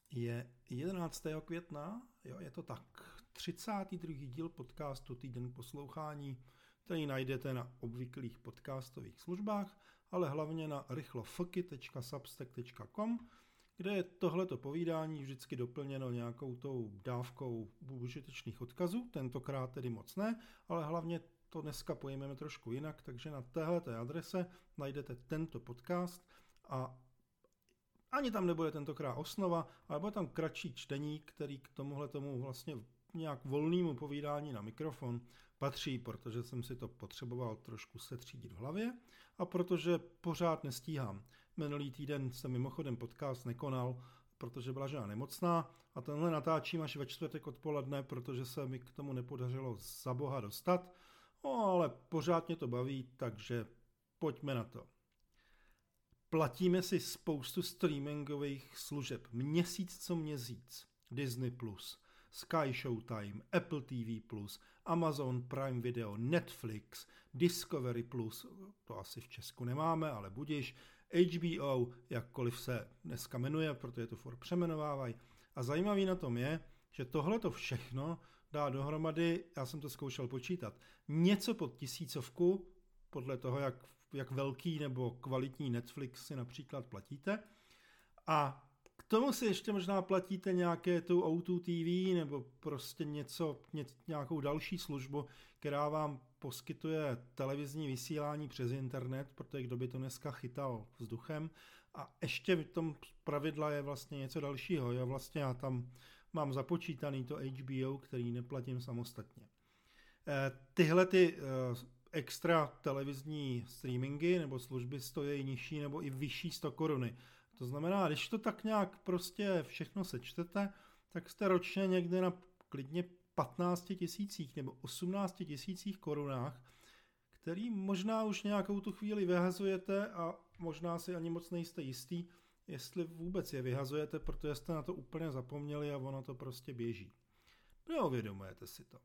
Je 11. května, jo, je to tak, 32. díl podcastu Týden poslouchání, který najdete na obvyklých podcastových službách, ale hlavně na rychlofky.substack.com, kde je tohleto povídání vždycky doplněno nějakou tou dávkou užitečných odkazů, tentokrát tedy moc ne, ale hlavně to dneska pojmeme trošku jinak, takže na téhleté adrese najdete tento podcast a ani tam nebude tentokrát osnova, ale bude tam kratší čtení, který k tomuhle tomu vlastně nějak volnému povídání na mikrofon patří, protože jsem si to potřeboval trošku setřídit v hlavě a protože pořád nestíhám. Minulý týden jsem mimochodem podcast nekonal, protože byla žena nemocná a tenhle natáčím až ve čtvrtek odpoledne, protože se mi k tomu nepodařilo za boha dostat, ale pořád mě to baví, takže pojďme na to. Platíme si spoustu streamingových služeb, měsíc co měsíc. Disney+, Sky Showtime, Apple TV+, Amazon Prime Video, Netflix, Discovery+, to asi v Česku nemáme, ale budiš, HBO, jakkoliv se dneska jmenuje, protože to furt přeměnovávají. A zajímavý na tom je, že tohle to všechno dá dohromady, já jsem to zkoušel počítat, něco pod 1000, podle toho, jak velký nebo kvalitní Netflix si například platíte. A k tomu si ještě možná platíte nějaké tu O2 TV nebo prostě nějakou další službu, která vám poskytuje televizní vysílání přes internet, protože kdo by to dneska chytal vzduchem. A ještě v tom pravidla je vlastně něco dalšího. Já tam mám započítaný to HBO, který neplatím samostatně. Tyhle ty extra televizní streamingy nebo služby stojí nižší nebo i vyšší 100 koruny. To znamená, když to tak nějak prostě všechno sečtete, tak jste ročně někde na klidně 15 000 nebo 18 000 korunách, který možná už nějakou tu chvíli vyhazujete a možná si ani moc nejste jistý, jestli vůbec je vyhazujete, protože jste na to úplně zapomněli a ono to prostě běží. Neuvědomujete si to.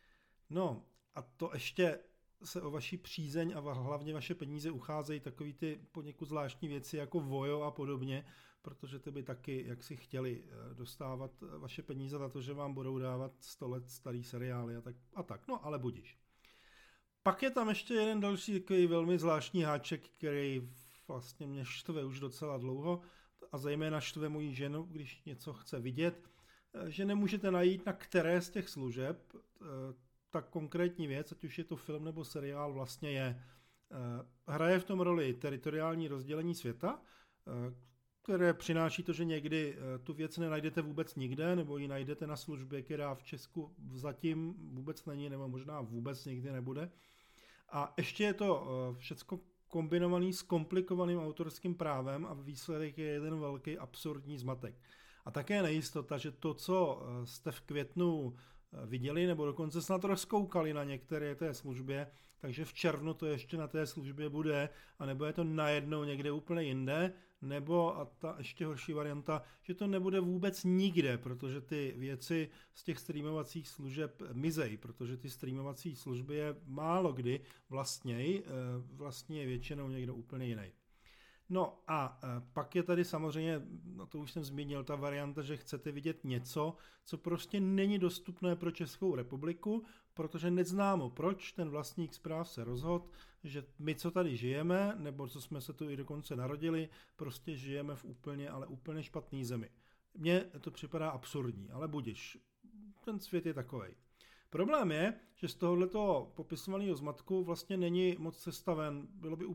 No a to ještě se o vaši přízeň a hlavně vaše peníze ucházejí takový ty poněkud zvláštní věci jako Vojo a podobně, protože ty by taky, jak si chtěli, dostávat vaše peníze za to, že vám budou dávat 100 let starý seriály a tak. No, ale budiš. Pak je tam ještě jeden další takový velmi zvláštní háček, který vlastně mě štve už docela dlouho a zejména štve moji ženu, když něco chce vidět, že nemůžete najít na které z těch služeb ta konkrétní věc, ať už je to film nebo seriál, vlastně je. Hraje v tom roli teritoriální rozdělení světa, které přináší to, že někdy tu věc nenajdete vůbec nikde, nebo ji najdete na službě, která v Česku zatím vůbec není, nebo možná vůbec nikdy nebude. A ještě je to všecko kombinovaný s komplikovaným autorským právem a výsledek je jeden velký absurdní zmatek. A také nejistota, že to, co jste v květnu viděli nebo dokonce snad rozkoukali na některé té službě, takže v červnu to ještě na té službě bude a nebo je to najednou někde úplně jinde, nebo a ta ještě horší varianta, že to nebude vůbec nikde, protože ty věci z těch streamovacích služeb mizej, protože ty streamovací služby je málo kdy vlastně je většinou někdo úplně jiný. No a pak je tady samozřejmě, no to už jsem zmínil, ta varianta, že chcete vidět něco, co prostě není dostupné pro Českou republiku, protože neznámo, proč ten vlastník zpráv se rozhodl, že my, co tady žijeme, nebo co jsme se tu i dokonce narodili, prostě žijeme v úplně špatný zemi. Mně to připadá absurdní, ale budiš, ten svět je takovej. Problém je, že z tohoto popisovaného zmatku vlastně není moc sestaven. Bylo by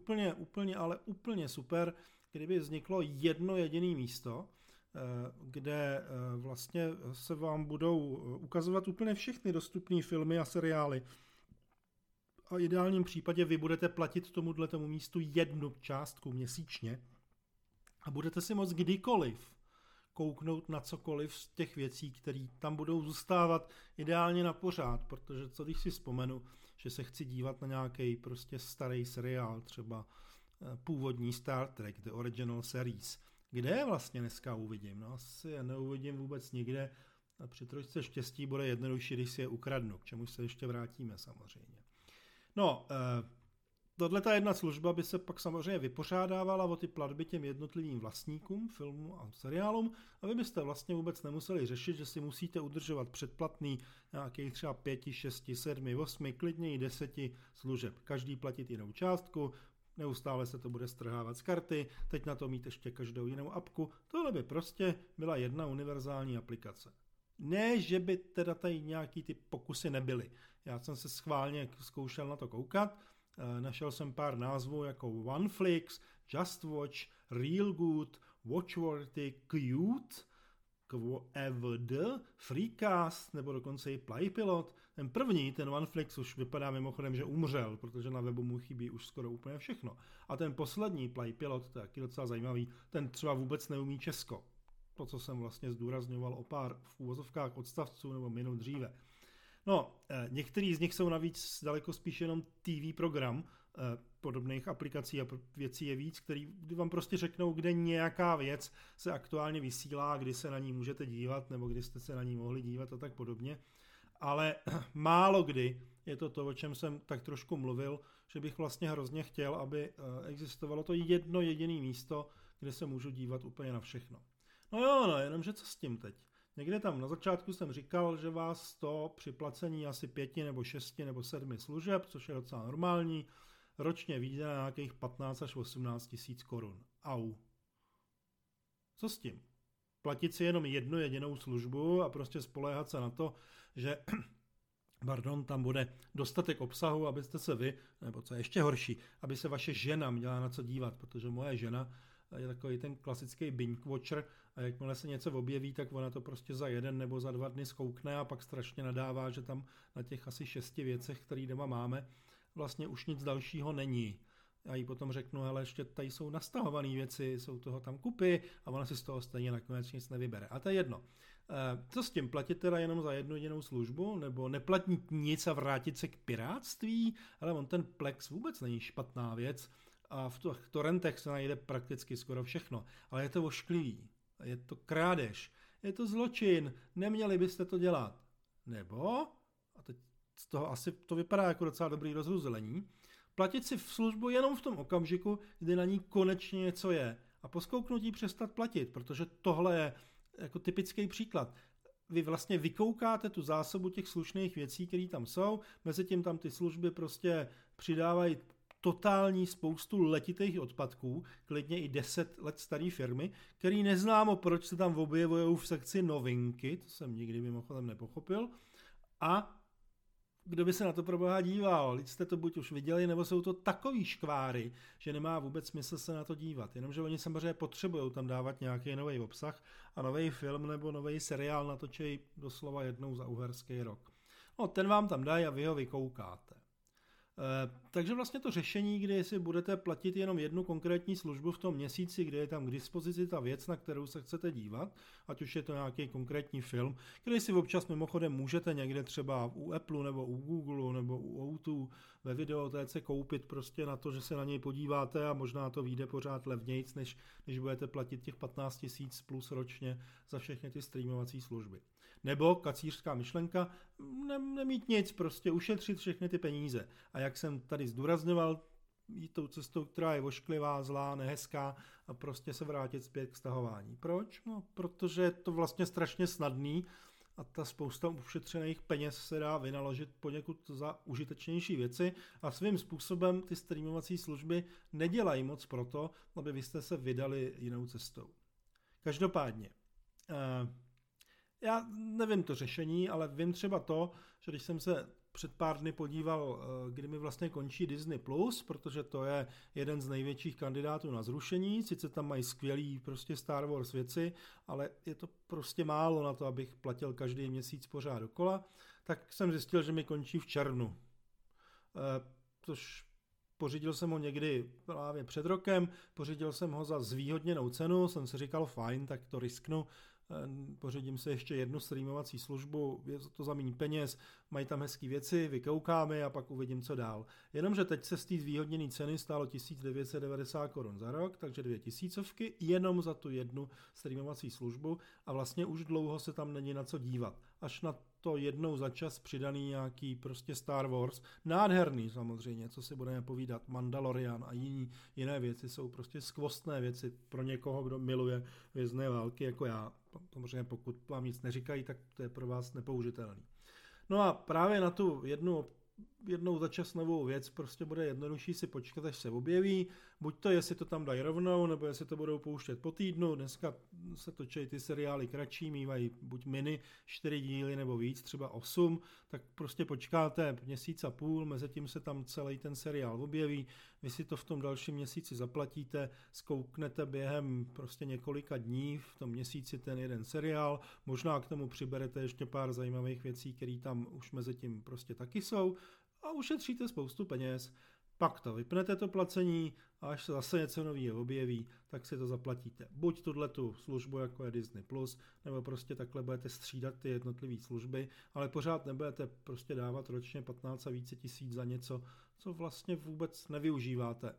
úplně super, kdyby vzniklo jedno jediné místo, kde vlastně se vám budou ukazovat úplně všechny dostupné filmy a seriály. A v ideálním případě vy budete platit tomu místu jednu částku měsíčně a budete si moct kdykoliv kouknout na cokoliv z těch věcí, které tam budou zůstávat ideálně na pořád, protože co když si vzpomenu, že se chci dívat na nějaký prostě starý seriál, třeba původní Star Trek, The Original Series, kde je vlastně dneska uvidím? No asi je neuvidím vůbec nikde a při trošce štěstí bude jednodušší, když si je ukradnu, k čemu se ještě vrátíme samozřejmě. No, Tato jedna služba by se pak samozřejmě vypořádávala o ty platby těm jednotlivým vlastníkům filmů a seriálům a vy byste vlastně vůbec nemuseli řešit, že si musíte udržovat předplatný nějakých třeba 5, 6, 7, 8, klidně i 10 služeb. Každý platit jinou částku, neustále se to bude strhávat z karty, teď na to mít ještě každou jinou apku. Tohle by prostě byla jedna univerzální aplikace. Ne, že by teda tady nějaký ty pokusy nebyly. Já jsem se schválně zkoušel na to koukat, našel jsem pár názvů jako OneFlix, Just Watch, Real Good, Watchworthy, Qt, QEVD, Freecast nebo dokonce i Playpilot. Ten první, ten OneFlix, už vypadá mimochodem, že umřel, protože na webu mu chybí už skoro úplně všechno. A ten poslední Playpilot, to je taky docela zajímavý, ten třeba vůbec neumí česko. To, co jsem vlastně zdůrazňoval o pár v úvozovkách odstavců nebo minut dříve. No, některý z nich jsou navíc daleko spíš jenom TV program, podobných aplikací a věcí je víc, kdy vám prostě řeknou, kde nějaká věc se aktuálně vysílá, kdy se na ní můžete dívat, nebo kdy jste se na ní mohli dívat a tak podobně. Ale málo kdy je to, o čem jsem tak trošku mluvil, že bych vlastně hrozně chtěl, aby existovalo to jedno jediné místo, kde se můžu dívat úplně na všechno. No, jenomže co s tím teď? Někde tam na začátku jsem říkal, že vás to při placení asi 5 nebo 6 nebo 7 služeb, což je docela normální, ročně vyjde na nějakých 15 až 18 tisíc korun. Au. Co s tím? Platit si jenom jednu jedinou službu a prostě spoléhat se na to, že tam bude dostatek obsahu, abyste se vy, nebo co je ještě horší, aby se vaše žena měla na co dívat, protože moje žena je takový ten klasický binge watcher a jakmile se něco objeví, tak ona to prostě za 1 nebo za 2 dny zkoukne a pak strašně nadává, že tam na těch asi 6 věcech, které doma máme, vlastně už nic dalšího není. Já jí potom řeknu, hele, ještě tady jsou nastahované věci, jsou toho tam kupy a ona si z toho stejně nakonec nic nevybere. A to je jedno. Co s tím? Platit teda jenom za jednu jedinou službu? Nebo neplatit nic a vrátit se k pirátství? Ale on ten Plex vůbec není špatná věc a v torrentech se najde prakticky skoro všechno. Ale je to ošklivý. Je to krádež. Je to zločin. Neměli byste to dělat. Nebo, a teď z toho asi to vypadá jako docela dobrý rozhruzelení, platit si v službu jenom v tom okamžiku, kdy na ní konečně něco je. A po zkouknutí přestat platit, protože tohle je jako typický příklad. Vy vlastně vykoukáte tu zásobu těch slušných věcí, které tam jsou, mezi tím tam ty služby prostě přidávají totální spoustu letitých odpadků, klidně i 10 let staré firmy, který neznámo, proč se tam objevují v sekci novinky, to jsem nikdy mimochodem nepochopil, a kdo by se na to proboha díval? Lidi jste to buď už viděli, nebo jsou to takový škváry, že nemá vůbec smysl se na to dívat. Jenomže oni samozřejmě potřebují tam dávat nějaký nový obsah a nový film nebo nový seriál natočí doslova jednou za uherský rok. No, ten vám tam dají a vy ho vykoukáte. Takže vlastně to řešení, kdy si budete platit jenom jednu konkrétní službu v tom měsíci, kdy je tam k dispozici ta věc, na kterou se chcete dívat, ať už je to nějaký konkrétní film, který si občas mimochodem můžete někde třeba u Apple nebo u Google nebo u O2 ve videotéce koupit prostě na to, že se na něj podíváte a možná to vyjde pořád levnějc, než budete platit těch 15 000 plus ročně za všechny ty streamovací služby. Nebo kacířská myšlenka, nemít nic, prostě ušetřit všechny ty peníze. A jak jsem tady zdůrazňoval, jít tou cestou, která je ošklivá, zlá, nehezká a prostě se vrátit zpět k stahování. Proč? No, protože je to vlastně strašně snadný a ta spousta ušetřených peněz se dá vynaložit poněkud za užitečnější věci a svým způsobem ty streamovací služby nedělají moc proto, aby vy jste se vydali jinou cestou. Každopádně, já nevím to řešení, ale vím třeba to, že když jsem se před pár dny podíval, kdy mi vlastně končí Disney+, protože to je jeden z největších kandidátů na zrušení, sice tam mají skvělý prostě Star Wars věci, ale je to prostě málo na to, abych platil každý měsíc pořád dokola, tak jsem zjistil, že mi končí v červnu. Což pořídil jsem ho někdy právě před rokem, pořídil jsem ho za zvýhodněnou cenu, jsem si říkal fajn, tak to risknu, pořídím se ještě jednu streamovací službu, je to za méně peněz, mají tam hezký věci, vykoukáme a pak uvidím, co dál. Jenomže teď se z té zvýhodněné ceny stálo 1990 korun za rok, takže 2000 jenom za tu jednu streamovací službu a vlastně už dlouho se tam není na co dívat. Až na to jednou za čas přidaný nějaký prostě Star Wars, nádherný samozřejmě, co si budeme povídat, Mandalorian a jiné věci jsou prostě skvostné věci pro někoho, kdo miluje Hvězdné války jako já. Samozřejmě pokud vám nic neříkají, tak to je pro vás nepoužitelný. No a právě na tu jednou za čas novou věc prostě bude jednodušší si počkat, až se objeví, buď to, jestli to tam dají rovnou, nebo jestli to budou pouštět po týdnu, dneska se točí ty seriály kratší, mývají buď mini 4 díly nebo víc, třeba 8, tak prostě počkáte měsíc a půl, mezi tím se tam celý ten seriál objeví, vy si to v tom dalším měsíci zaplatíte, zkouknete během prostě několika dní v tom měsíci ten jeden seriál, možná k tomu přiberete ještě pár zajímavých věcí, které tam už mezi tím prostě taky jsou, a ušetříte spoustu peněz, pak to vypnete to placení a až se zase něco nového objeví, tak si to zaplatíte. Buď tu službu, jako je Disney+, nebo prostě takhle budete střídat ty jednotlivé služby, ale pořád nebudete prostě dávat ročně 15 a více tisíc za něco, co vlastně vůbec nevyužíváte.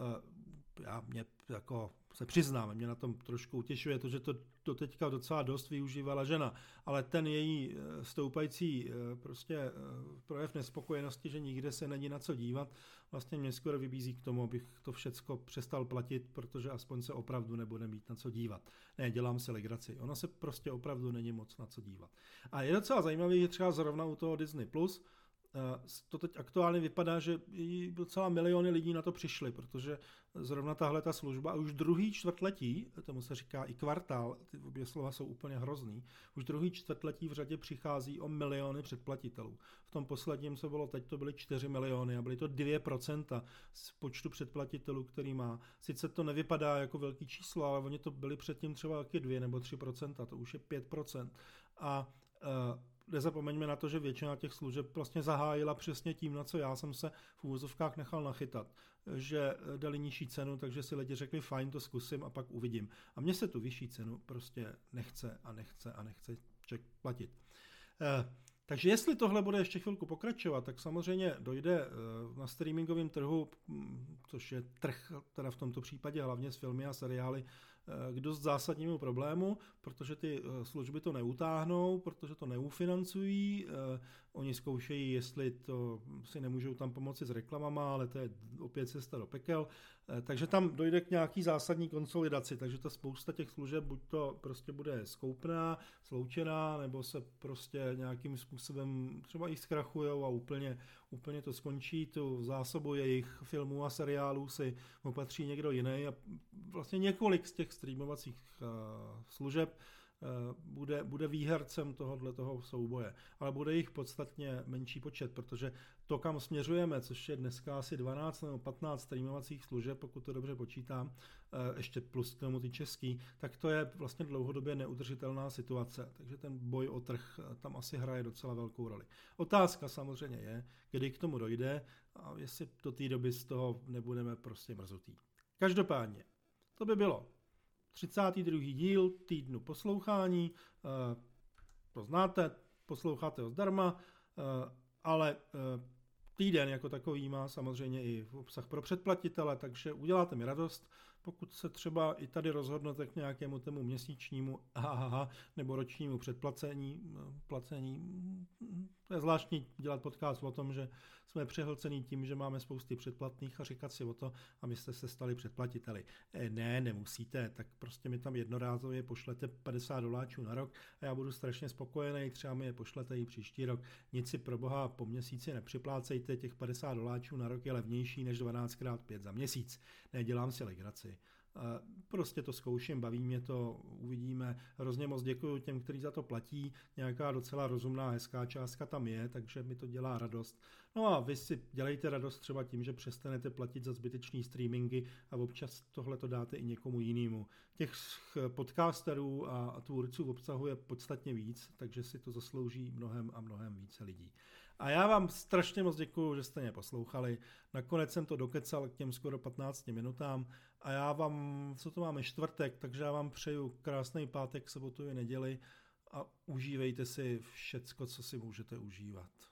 Mě jako se přiznám, mě na tom trošku utěšuje to, že to teďka docela dost využívala žena, ale ten její stoupající prostě projev nespokojenosti, že nikde se není na co dívat, vlastně mě skoro vybízí k tomu, abych to všecko přestal platit, protože aspoň se opravdu nebude mít na co dívat. Ne, dělám si legraci. Ono se prostě opravdu není moc na co dívat. A je docela zajímavé, že třeba zrovna u toho Disney+, to teď aktuálně vypadá, že docela miliony lidí na to přišli, protože zrovna tahle ta služba už druhý čtvrtletí, tomu se říká i kvartál, ty obě slova jsou úplně hrozný, už druhý čtvrtletí v řadě přichází o miliony předplatitelů. V tom posledním, co bylo teď, to byly 4 miliony a byly to 2% z počtu předplatitelů, který má. Sice to nevypadá jako velký číslo, ale oni to byli předtím třeba taky 2 nebo 3%, to už je 5%. A nezapomeňme na to, že většina těch služeb vlastně zahájila přesně tím, na co já jsem se v úvozovkách nechal nachytat. Že dali nižší cenu, takže si lidi řekli, fajn, to zkusím a pak uvidím. A mně se tu vyšší cenu prostě nechce platit. Takže jestli tohle bude ještě chvilku pokračovat, tak samozřejmě dojde na streamingovém trhu, což je trh teda v tomto případě hlavně s filmy a seriály, k dost zásadnímu problému, protože ty služby to neutáhnou, protože to neufinancují, oni zkoušejí, jestli to si nemůžou tam pomoci s reklamama, ale to je opět cesta do pekel, takže tam dojde k nějaký zásadní konsolidaci, takže ta spousta těch služeb buď to prostě bude skoupná, sloučená, nebo se prostě nějakým způsobem třeba i zkrachujou a úplně to skončí, tu zásobu jejich filmů a seriálů si opatří někdo jiný a vlastně několik z těch streamovacích služeb bude výhercem tohoto souboje. Ale bude jich podstatně menší počet, protože to, kam směřujeme, což je dneska asi 12 nebo 15 streamovacích služeb, pokud to dobře počítám, ještě plus k tomu ty český, tak to je vlastně dlouhodobě neudržitelná situace. Takže ten boj o trh tam asi hraje docela velkou roli. Otázka samozřejmě je, kdy k tomu dojde a jestli do té doby z toho nebudeme prostě mrzutý. Každopádně, to by bylo 32. díl týdnu poslouchání, to znáte, posloucháte ho zdarma, ale týden jako takový má samozřejmě i obsah pro předplatitele, takže uděláte mi radost, pokud se třeba i tady rozhodnete k nějakému tomu měsíčnímu nebo ročnímu předplacení. To je zvláštní dělat podcast o tom, že jsme přehlcený tím, že máme spousty předplatných a říkat si o to, abyste se stali předplatiteli. Ne, nemusíte, tak prostě mi tam jednorázově pošlete $50 na rok a já budu strašně spokojený, třeba mi je pošlete i příští rok. Nic si pro boha po měsíci nepřiplácejte, těch $50 na rok je levnější než 12x5 za měsíc. Nedělám si legraci. Prostě to zkouším, baví mě to, uvidíme. Hrozně moc děkuju těm, kteří za to platí. Nějaká docela rozumná, hezká částka tam je, takže mi to dělá radost. No a vy si dělejte radost třeba tím, že přestanete platit za zbytečný streamingy a občas tohle to dáte i někomu jinému. Těch podcasterů a tvůrců obsahu je podstatně víc, takže si to zaslouží mnohem a mnohem více lidí. A já vám strašně moc děkuju, že jste mě poslouchali. Nakonec jsem to dokecal k těm skoro 15 minutám. A já vám, co to máme, čtvrtek, takže já vám přeju krásný pátek, sobotu i neděli a užívejte si všecko, co si můžete užívat.